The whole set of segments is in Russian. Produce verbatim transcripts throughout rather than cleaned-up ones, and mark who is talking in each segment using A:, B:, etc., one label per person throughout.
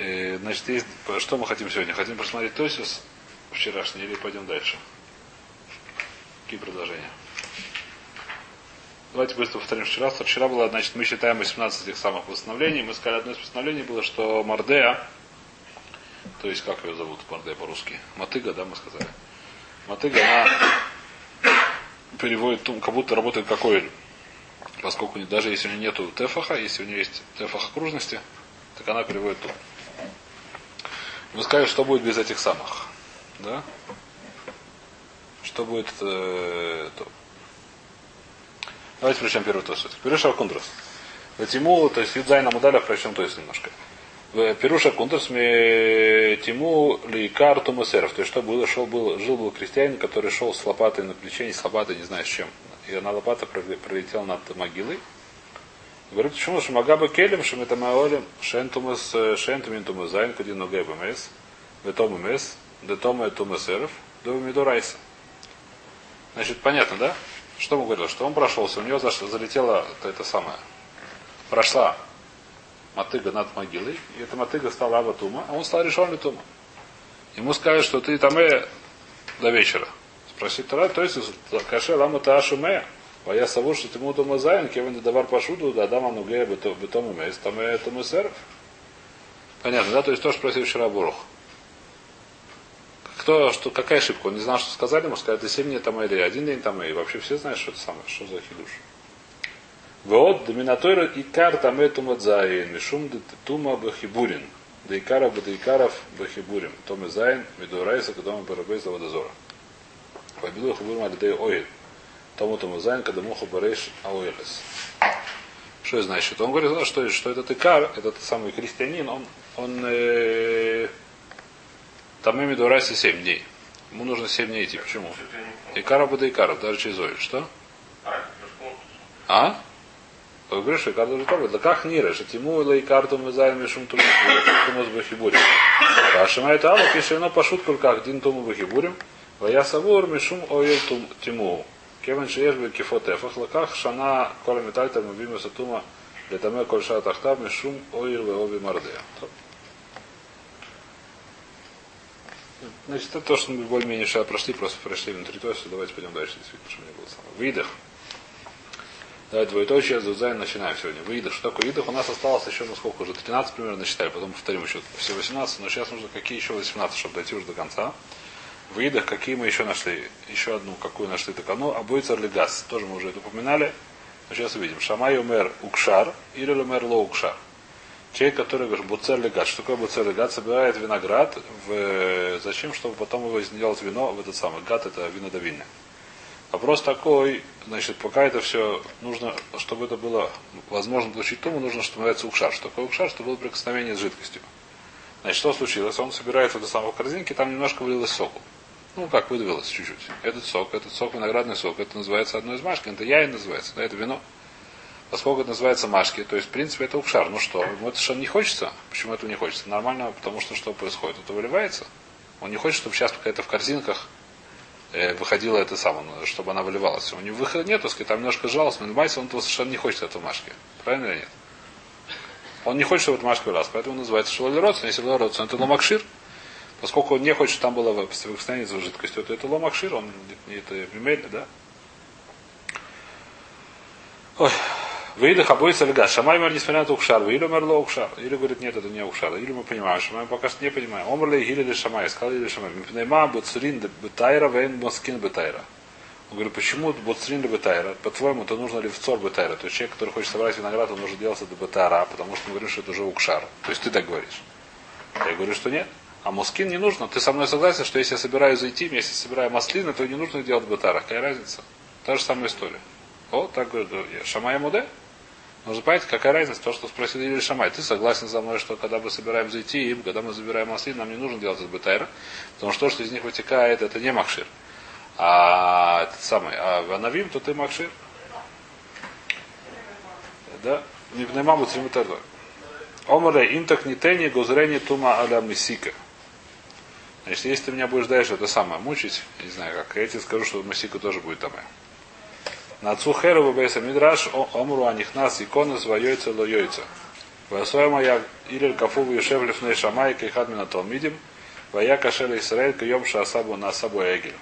A: Э, значит, есть, что мы хотим сегодня? Хотим посмотреть Тосис вчерашний или пойдем дальше? Какие предложения? Давайте быстро повторим вчера. Вчера было, значит, мы считаем восемнадцать этих самых постановлений. Мы сказали, одно из постановлений было, что Мардея, то есть, как ее зовут, Мардея по-русски? Мотыга, да, мы сказали. Мотыга, она переводит, как будто работает как Оэль. Поскольку даже если у нее нету тефаха, если у нее есть тефах окружности, так она переводит ту. Вы скажете, что будет без этих самых? Да? Что будет э, то? Давайте прочтем первый тосфот. Пируша Кундрас. Тиму, то есть Юдзайна Мудаля, прочтем то есть немножко. Пируша Кундрас ми Тиму Лейкар Тумасеров. То есть что было, шел, был, жил был крестьянин, который шел с лопатой на плече, не с лопатой, не знаю с чем. И она лопата пролетела над могилой. Говорит, почему? Что Магаба Келем, что мы там аолем, Шентумас, Шентумин Тумазайн, Кадин Ногебамес, Ветомамес, Детома Тумасеров, Довамидурайса. Значит, понятно, да? Что мы говорили? Что он прошелся, у него залетела это самое. Прошла мотыга над могилой, и эта мотыга стала Абатума, а он стал решен Тума. Ему скажут, что ты там э до вечера. Спросит Тара, то есть каше лама таашуме, а я сову, что ты ему дома зайн, кевен давар пашуду, да дама нуге бетом умеет, там э тумесеров. Понятно, да? То есть то, что спросил вчера Бурух. Кто, что, какая ошибка? Он не знал, что сказали ему, сказали, это семь дней там или один день там, и вообще все знают, что это самое, что за хидуш. Вот, доминатойра икар там эту мадзаин, мишум тума бахибурин, да икара бадайкаров бахибурин, том изайн, медурайса, когда мы барабейс водозора. Побилу хабурма лидей оид, тому тому изайн, когда муха барейш ауэлес. Что это значит? Он говорит, что, что этот икар, этот самый крестьянин, он, он э, там имеет Дурайса семь дней. Ему нужно семь дней идти. Почему? Икара буда икаров, даже через Оэль. Что? А? Вы говорите, что икар должен пробовать. Да как нира? Что тиму или икар тум изайн мишум тумус бахибурим. А шимает алла пишет, но пошутку как дин туму бахибурим. Вая савур мишум оэль тиму. Кевен шеешбе кифотефах лаках шана кола метальта мубимуса тума летаме кольша тахтав мишум оэль веоби мардея. Значит, это то, что мы более-менее сейчас прошли, просто прошли внутри тоса. Давайте пойдем дальше, действительно, что у меня было самое. Выдох. Давайте двоеточие, Зузайн, начинаем сегодня. Выдох. Что такое выдох? У нас осталось еще, ну сколько уже, тринадцать примерно считали, потом повторим еще все восемнадцать, но сейчас нужно какие еще восемнадцать, чтобы дойти уже до конца. Выдох, какие мы еще нашли? Еще одну, какую нашли так. Ну, обоицар легас, тоже мы уже это упоминали. Но сейчас увидим. Шамай умер укшар или умер ло укшар. Человек, который говорит, буцер легат. Что такое буцер легат? Собирает виноград. В... Зачем? Чтобы потом его сделать вино в этот самый. Гад это винодавильня. Вопрос такой, значит, пока это все нужно, чтобы это было возможно получить туму, нужно, что называется укшар. Что такое укшар? Чтобы было прикосновение с жидкостью. Значит, что случилось? Он собирает в эту самую корзинку, там немножко вылилось соку. Ну, как выдавилось чуть-чуть. Этот сок, этот сок, виноградный сок, это называется одно из машки, это яин называется, да, это вино. Поскольку это называется машки, то есть, в принципе, это укшар. Ну что, ему это что не хочется? Почему этого не хочется? Нормально, потому что что происходит? Это выливается. Он не хочет, чтобы сейчас, пока это в корзинках, э, выходило это самое, чтобы она выливалась. У него выхода нет, так там немножко сжалось, но он совершенно не хочет этого машки. Правильно или нет? Он не хочет, чтобы эта машка вылилась, поэтому называется шелолеродсон. Если леродсон, это ломакшир. Поскольку он не хочет, чтобы там было соприкосновение с жидкостью, то это ломакшир, он это мемель, да? Ой. Выидах обоится легат. Шамай мэр несмотря на это укшар. Или умерло укшар. Или говорит, нет, это не укшар. Или мы понимаем. Шамай пока что не понимаем. Омрли или шамай. Сказал или шамай. Мипнейма буцрин бетайра вейн москин бетайра. Он говорит, почему буцрин бетайра? По-твоему, это нужно ли в цор бетайра? То есть человек, который хочет собрать виноград, он нужно делать это бетайра, потому что мы говорим, что это уже укшар. То есть ты так говоришь. Я говорю, что нет. А москин не нужно. Ты со мной согласен, что если я собираю зайти, если собираю маслины, то не нужно делать бетайра. Какая разница? Та же самая история. О, так говорит, шамай муде. Нужно понять, какая разница, то, что спросил или Шамай. Ты согласен со мной, что когда мы собираем зайти, и когда мы забираем маслин, нам не нужно делать из бетайра, потому что то, что из них вытекает, это не макшир. А этот самый, а в анавим, то ты макшир. Да? Не пнемаму циму тардой. Омаре интак нитени гозрени тума аля месика. Значит, если ты меня будешь дальше это самое мучить, не знаю как, я тебе скажу, что месика тоже будет там. На отцу Херова Бейса Мидраш Омру Анихнас икона звоёйца лоёйца. Васоема я Илель Кафу Ешев Лифней Шамай Кейхадмина Талмидим, Вая Кашель Исраэль Кайом Шаасабу на Асабу Эгель.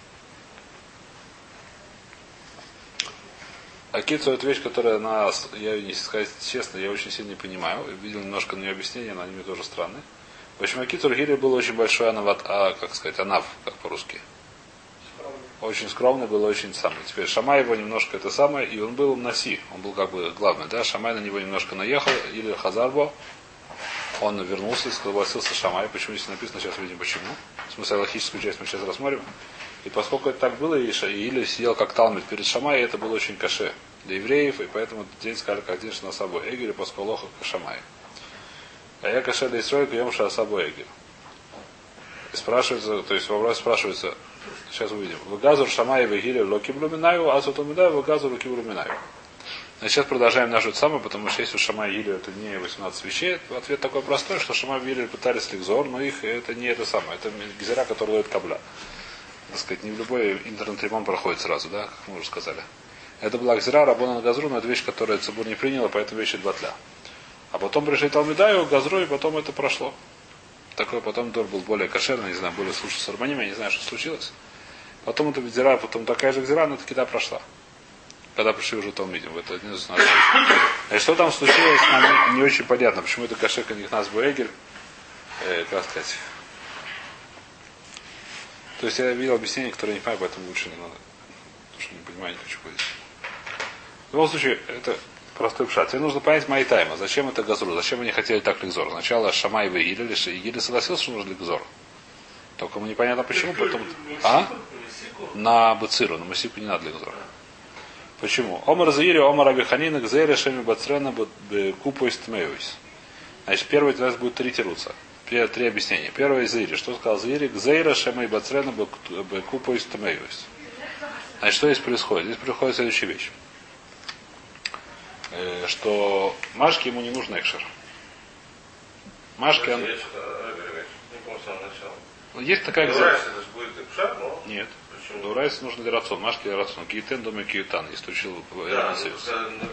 A: Акицу это вещь, которая нас, я не сказать честно, я очень сильно не понимаю. Я видел немножко на ее объяснение, но они мне тоже странные. В общем, Акицу Гири был очень большой анават, а, как сказать, анав, как по-русски. Очень скромный был, очень самый. Теперь Шамай его немножко это самое, и он был наси, он был как бы главный, да, Шамай на него немножко наехал, или Хазарбо, он вернулся, согласился Шамай, почему здесь написано, сейчас увидим почему. В смысле, логическую часть мы сейчас рассмотрим. И поскольку это так было, и Или сидел как Талмид перед Шамай, это было очень каше для евреев, и поэтому день сказали, как день на собой Эгель, поскольку лоха Шамай. А я каше для Исроя, кьем шаасабу Эгель. И спрашивается, то есть вопрос спрашивается, сейчас увидим. Вагазур Шамай Вегиля Локи Блуминаю, а Сутумидаю Вагазур Локи Блуминаю. Значит, сейчас продолжаем нашу самую, потому что если у Шамай и Гиля это не восемнадцать вещей, ответ такой простой, что Шамай и Гиля пытались ликзор, но их это не это самое, это гзира, который ловит кабля. Так сказать, не в любой интернет-ремонт проходит сразу, да, как мы уже сказали. Это была гзира, Рабона на Газру, но это вещь, которую Цибур не приняла, поэтому вещи батля. А потом пришли Талмидаю, Газру, и потом это прошло. Такой потом Дор был более кошерный, не знаю, более слушай с Арбаним, я не знаю, что случилось. Потом это гзира, потом такая же гзира, но таки да прошла. Когда пришли уже Талмидим, это один из нас. И что там случилось, нам не очень понятно, почему это кашека не нас Буэгель, э, как сказать. То есть я видел объяснение, которое не понимаю, поэтому лучше не надо. Потому что не понимаю, не хочу ходить. В любом случае, это простой пшат. Тебе нужно понять мои тайма. Зачем это газру? Зачем они хотели так ликзор? Сначала Шамай и Игили, Игили согласился, что нужно ликзор. Только ему непонятно почему, потом. А? На Бациру, на Масику не надо ликзор. Почему? Омар Заири, Омар Абиханина, Гзейра, Шеми Бацрена, Купуис Тмеюис. Значит, первый у нас будет три тируца. Три объяснения. Первое из Заири. Что сказал Заири? Гзейра, Шеми Бацрена, Купуис Тмеюис. Значит, что здесь происходит? Здесь происходит следующая вещь. Что Машке ему не нужен экшер. Машке он... Есть такая гзейра. Нет. Дурайс нужно для рацион. Машки для рацион. Киетен доме киетан. Если учил Иран Союз.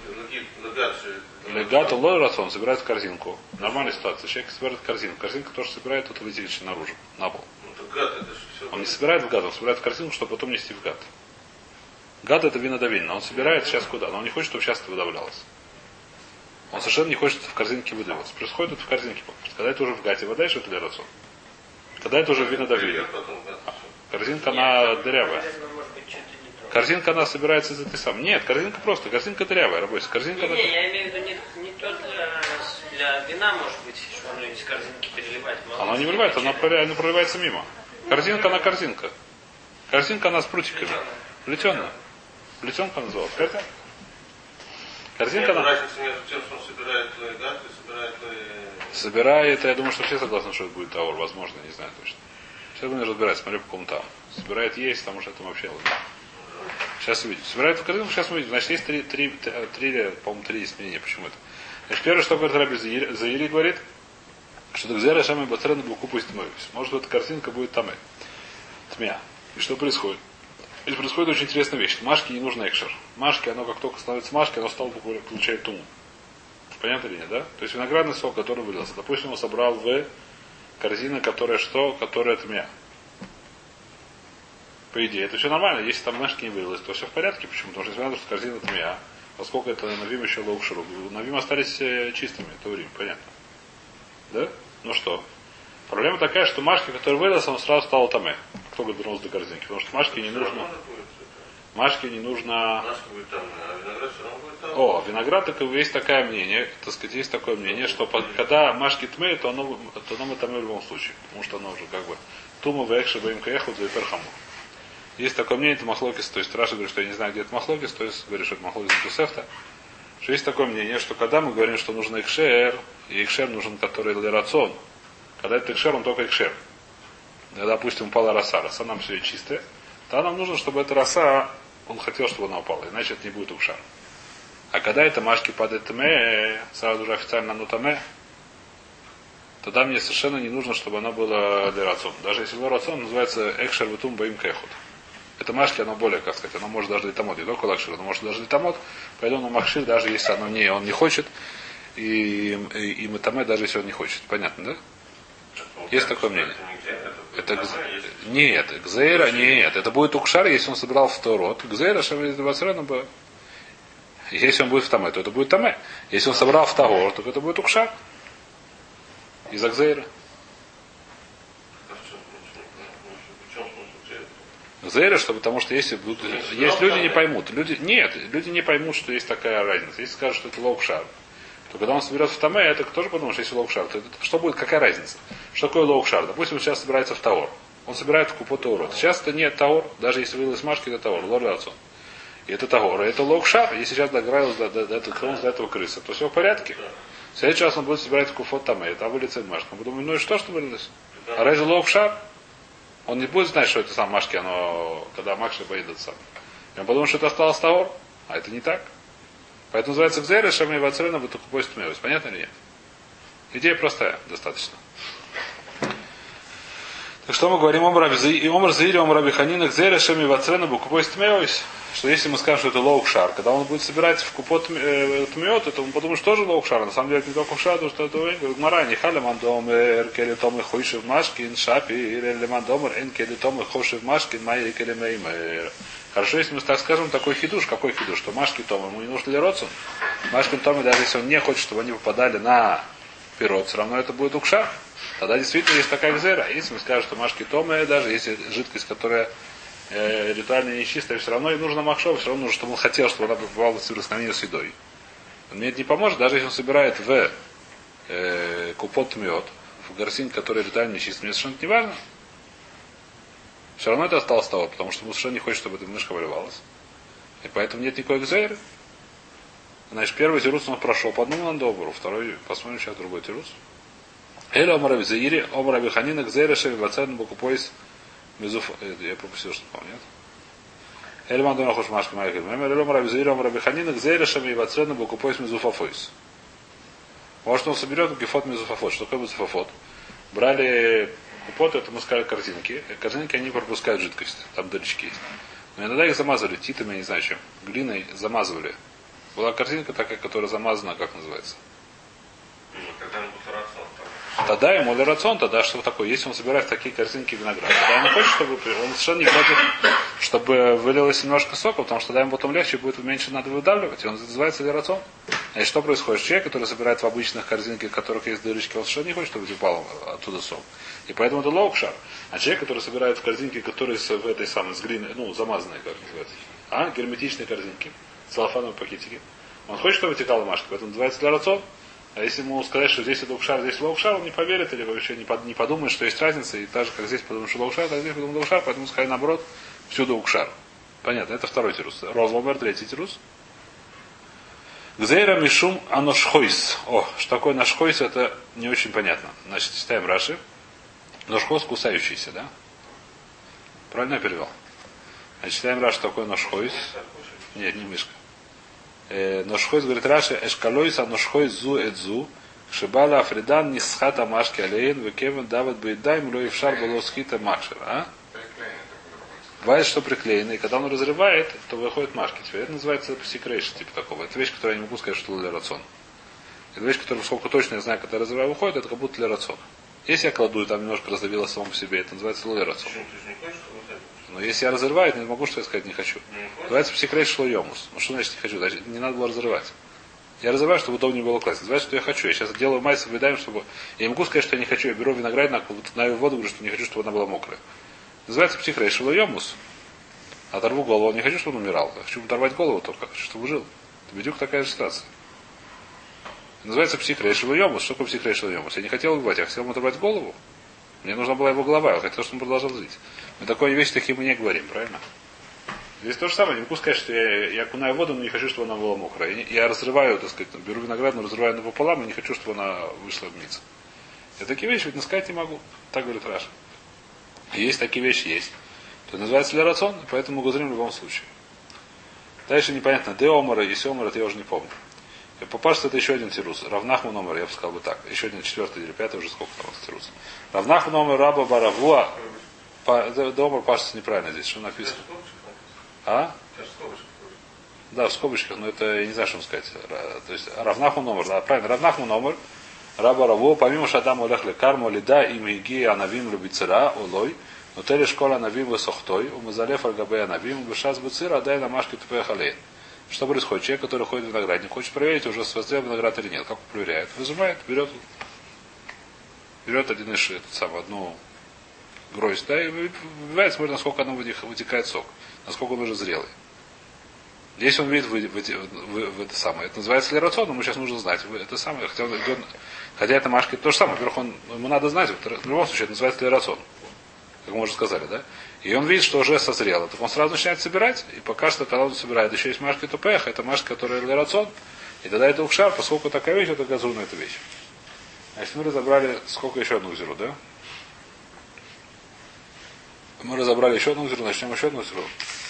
A: Легата лой рацион собирает корзинку. Нормальная ситуация. Человек собирает корзинку. Корзинка тоже собирает, тут летит наружу, на пол. Он не собирает в гад, он собирает корзинку, чтобы потом нести в гад. Гад это винодавильно. Он собирает сейчас куда? Но он не хочет, чтобы сейчас это выдавлялось. Он совершенно не хочет в корзинке выдаваться. Происходит это в корзинке. Когда это уже в гате вода, что это для рацион. Когда это уже винодавильно. Корзинка, она дырявая. Корзинка, она собирается из этой самой. Нет, корзинка просто. Корзинка дырявая, рабочая. Корзинка,
B: не, она... не, я имею в виду не, не то для, для вина, может быть, что оно из корзинки переливать.
A: Она не выливает, она, она проливается мимо. Корзинка, она корзинка. Корзинка, она с прутиками. Плетеная. Плетенка называлась. Корзинка. Корзинка, она...
C: Разница между тем, что он собирает твои гады, собирает твои...
A: Собирает, я думаю, что все согласны, что это будет таур. Возможно, не знаю точно. Сейчас будем разбирать, смотрю по какому там. Собирает есть, потому что это вообще лучше. Сейчас увидим. Собирает в корзинку, сейчас увидим. Значит, есть три, три, три, три по-моему, три изменения. Почему это? Значит, первое, что говорит Раби Заири, Заири говорит, что Дагзера Шами Бацрена Буку пусть тмой. Может, эта картинка будет там тмя. И что происходит? Здесь происходит очень интересная вещь. Машке не нужен экшер. Машке, оно как только становится машкой, оно стало получать туму. Понятно или нет, да? То есть виноградный сок, который вылился. Допустим, он собрал в корзина, которая что? Которая тмя. По идее, это все нормально. Если там машки не вылилось, то все в порядке. Почему? Потому что несмотря на то, что корзина тмя, поскольку это Навим еще лоукшеру, Навим остались чистыми, то время, понятно. Да? Ну что? Проблема такая, что машки, который вылился, он сразу стал таме. Кто говорит, вернулся до корзинки? Потому что машки не нужно. Машке не нужно. О, виноград, так есть такое мнение, так сказать, есть такое мнение, что когда машки тмы, то оно, то оно таме в любом случае. Потому что оно уже как бы тума вэкши бэйм кэху за перхаму. Есть такое мнение, это махлокис, то есть Раша говорит, что я не знаю, где это махлокис, то есть говорит, что это махлокис Тусефта. Что есть такое мнение, что когда мы говорим, что нужен экшер, и экшер нужен, который для рацион, когда это экшер, он только экшер. Когда, допустим, упала роса, роса нам все чистая, то нам нужно, чтобы эта роса, он хотел, чтобы она упала, иначе это не будет укшар. А когда это машки падает тме, сразу же официально оно таме, тогда мне совершенно не нужно, чтобы она была для рацион. Даже если его рацион называется экшер витум баим кэхут. Это машки, оно более, как сказать, оно может даже литамот, не только лакшир, оно может даже литамот, поэтому на махшир, даже если оно не, он не хочет, и, и, и Матаме, даже если он не хочет. Понятно, да? Есть такое мнение. Это гз... Нет, Гзейра нет. Это будет Укшар, если он собирал в Торот. Гзейра Шавидвацрена бы. Если он будет в Таме, то это будет Таме. Если он собрал в Тагор, то это будет Укшар. Из-за Гзейра. Гзейра, что потому что если будут, есть люди не поймут. Люди, нет, люди не поймут, что есть такая разница. Если скажут, что это лоукшар, то когда он соберет в Таме, это тоже подумает, что если лоукшар, то это, что будет, какая разница? Что такое лоукшар? Допустим, он сейчас собирается в Таор. Он собирает в Купот Таурот. Сейчас это нет Таор, даже если вылез Машки, это Таор, лор отцом. И это Таор, и это лоукшар. Если сейчас догрался до, до, до, до, до этого крыса, то все в порядке. В следующий раз он будет собирать в Купот Таме, там вылез Машка. Он будет думать, ну и что, что вылез? А разве лоукшар? Он не будет знать, что это сам Машки, оно, когда Макши поедет сам. И он подумает, что это осталось Таор, а это не так. Поэтому называется Гзейра, Шами Вацрена, Батукупойс Тмеус. Понятно или нет? Идея простая, достаточно. Так что мы говорим Омар Заири, Омар Абиханина, Гзейра, Шами Вацрена, Батукупойс Тмеус. Что если мы скажем, что это лоукшар, когда он будет собирать в Купот Тмеот, то он подумает, что же лоукшар. На самом деле это не только лоукшар, потому что это Гмара, не халямандомер, келитомы хойшев машкин, шапи, или лемандомер, эн келитомы хойшев машкин, майри келемеймер. Хорошо, если мы так скажем, такой хидуш, какой хидуш, что Машки Тома, ему не нужно ли родцу? Машки Тома, даже если он не хочет, чтобы они попадали на пирот, все равно это будет укшар. Тогда действительно есть такая гзера. Если мы скажем, что Машки Тома, даже если жидкость, которая э, ритуально нечистая, все равно и нужно махшов, все равно нужно, чтобы он хотел, чтобы она попала в соприкосновение с едой. Мне это не поможет, даже если он собирает в э, купот мед, в горсин, который ритуально нечистый, мне совершенно не важно. Все равно это осталось того, потому что Мусша не хочет, чтобы эта мышка выливалась. И поэтому нет никакой гзейры. Значит, первый тирус он прошел по одному на добру, второй, посмотрим сейчас другой тирус. Эля омарави заири, омарави ханина, гзейра шеви вацен букупойс мезуф... Я пропустил, что помнит. Эля мандона хошмашки майхи мэмэр, эля омарави заири, омарави ханина, гзейра шеви вацен букупойс мезуфафойс. Может, он соберет гефот мезуфафот. Что такое мезуфафот? Брали купот, это мы сказали корзинки. Корзинки, они пропускают жидкость. Там дырочки есть. Но иногда их замазывали титами, я не знаю чем. Глиной замазывали. Была корзинка такая, которая замазана, как называется? Тогда ему рацион, тогда что такое? Если он собирает такие корзинки винограда, тогда он не хочет, чтобы он совершенно не против, чтобы вылилось немножко сока, потому что тогда ему потом легче будет, меньше надо выдавливать, и он называется лерацион. Значит, что происходит? Человек, который собирает в обычных корзинках, в которых есть дырочки, он совершенно не хочет, чтобы упал оттуда сок. И поэтому это лоукшар. А человек, который собирает в корзинке, которые в этой самой, с глиной, ну, замазанные, как называется, а, герметичные корзинки, целлофановые пакетики, он хочет, чтобы вытекала машка, поэтому называется лерацион. А если ему сказать, что здесь это лоукшар, здесь лоукшар, он не поверит или вообще не, под, не подумает, что есть разница, и так же, как здесь подумает, что лоукшар, так здесь подумает лоукшар, поэтому сказать наоборот, всюду укшар. Понятно, это второй тирус. Розломер, третий тирус. Гзейра мишум аношхойс. О, что такое нашхойс, это не очень понятно. Значит, читаем Раши. Ношхойс кусающийся, да? Правильно я перевел? Значит, читаем Раши, что такое ношхойс. Нет, не мышка. Ношхойс, говорит Раши, эшкалойса ношхойс зу эдзу, шибала афридан нисхата машки алейн, векевен давид бейдаем, лоев шар было схита макшер. А? Бывает, что приклеено, и когда он разрывает, то выходит машки. Теперь это называется псикрейш, типа такого. Это вещь, которую я не могу сказать, что для рацион. Это вещь, которую, сколько точно я знаю, когда разрываю, выходит, это как будто для рацион. Если я кладу, и там немножко раздавило само по себе, это называется для рацион. Но если я разрываю, я не могу, что я сказать не хочу. Называется псикрейш шлойомус. Ну что значит не хочу? Значит, не надо было разрывать. Я разрываю, чтобы удобнее было класть. Называется, что я хочу. Я сейчас делаю майс, выедаем, чтобы... Я не могу сказать, что я не хочу. Я беру виноградину, на воду, говорю, что не хочу, чтобы она была мокрая. Называется психрей шилойомус. Оторву голову. Не хочу, чтобы он умирал. Я хочу оторвать голову только. Хочу, чтобы жил. Это бедюк такая же ситуация. Называется психрей шилойомус. Что такое психрей шилойомус? Я не хотел убивать, я хотел ему оторвать голову. Мне нужна была его голова. Я хотел, чтобы он продолжал жить. Мы такой вещи такие мы не говорим, правильно? Здесь то же самое. Не могу сказать, что я, я окунаю воду, но не хочу, чтобы она была мокрая. Я, я разрываю, так сказать, беру виноград, но разрываю напополам, и не хочу, чтобы она вышла в миц. Я такие вещи ведь сказать не могу. Так говорит Раша. Есть такие вещи, есть. То называется лерацион, поэтому гузрим в любом случае. Дальше непонятно, де омара, если омара, это я уже не помню. Попашется это еще один тирус. Равнахму номер, я бы сказал бы так. Еще один четвертый или пятый, уже сколько там тирус. Равнахму номер раба баравуа. Де омар пашется неправильно здесь, что написано. А? Да, в скобочках, но это я не знаю, что вам сказать. То есть равнаху номер, да, правильно, равнаху номер. Раба Раво, помимо шатам улехли карму лида им иги анавим любицера олой, но тели школа анавим высохтой, у мазалев альгабе анавим, бешаз буцира, дай на машке тупехалей. Что происходит? Человек, который ходит в виноградник, хочет проверить, уже созрел виноград или нет. Как он проверяет? Выжимает, берет, берет один из сам одну гроздь, да, и выбивает, смотрит, насколько оно вытекает сок, насколько он уже зрелый. Если он видит в, в, в, в это самое, это называется ли рацион, но мы сейчас нужно знать. Это самое, хотя, он, хотя это Машки то же самое. Во-первых, он, ему надо знать, в любом случае, это называется ли рацион, как мы уже сказали, да? И он видит, что уже созрело. Так он сразу начинает собирать, и пока что, когда он собирает, еще есть Машки тупех, это Машки, которая ли рацион, и тогда это ухшар, поскольку такая вещь, это газурная эта вещь. Значит, мы разобрали, сколько еще одну узеру, да? Мы разобрали еще одну узеру, начнем еще одну узеру.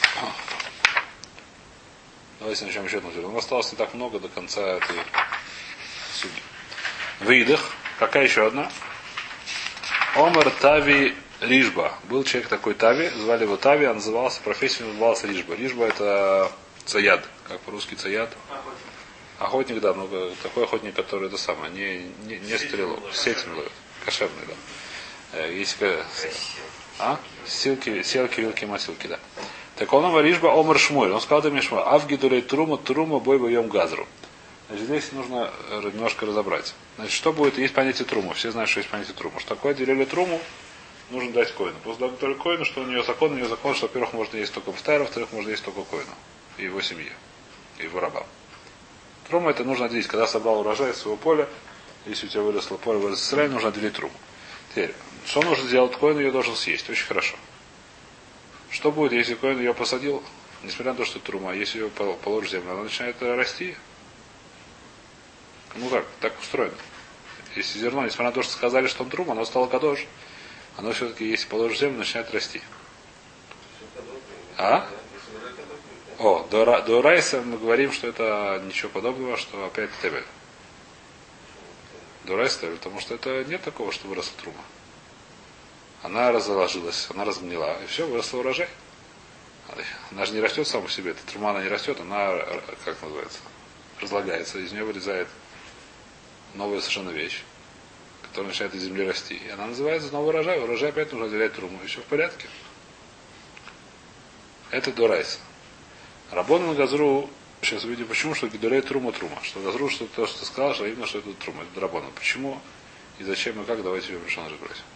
A: Давайте начнем еще одну узеру. У нас осталось не так много до конца этой суги. Выдох. Какая еще одна? Омар Тави Рижба. Был человек такой Тави, звали его Тави, он назывался, профессия называлась Рижба. Рижба это цаяд, как по-русски цаяд. Охотник. Охотник, да, много такой охотник, который это самое, не, не, не стрелок, сетями ловит. Кошерный, да. Есть а? Силки, селки, вилки, масилки, да. Так он омар Рижба, омар Шмуэль. Он сказал мне Шмуэль, авгидулей трума, трума, бой боем газру. Значит, здесь нужно немножко разобрать. Значит, что будет, есть понятие трума. Все знают, что есть понятие трума. Что такое отделили труму, нужно дать коину. После того, только коину, что у нее закон, у нее закон, что, во-первых, можно есть только пфтайр, во-вторых, можно есть только коину. И его семье. И его раба. Трума это нужно отделить. Когда собрал урожай из своего поля, если у тебя выросло поле, выросло сырай, нужно отделить труму. Теперь, что нужно сделать? Коин ее должен съесть. Очень хорошо. Что будет, если коин ее посадил, несмотря на то, что это трума, если ее положишь в землю, она начинает расти? Ну как, так устроено. Если зерно, несмотря на то, что сказали, что он трума, оно стало кадош, оно все-таки, если положишь в землю, начинает расти. А? О, до, до райса мы говорим, что это ничего подобного, что опять тебе. До райса тебе, потому что это нет такого, что выросла трума. Она разложилась, она разгнила, и все, выросла урожай. Она же не растет сама по себе, эта трума, она не растет, она, как называется, разлагается, из нее вырезает новая совершенно вещь, которая начинает из земли расти. И она называется новый урожай. Урожай опять нужно отделять труму. И все в порядке. Это дорайса. Рабон на газру, сейчас увидим, почему, что гидолей трума трума. Что газру, что то, что ты сказал, что именно, что это трума. Это рабон. Почему и зачем и как, давайте ее решим разбирать.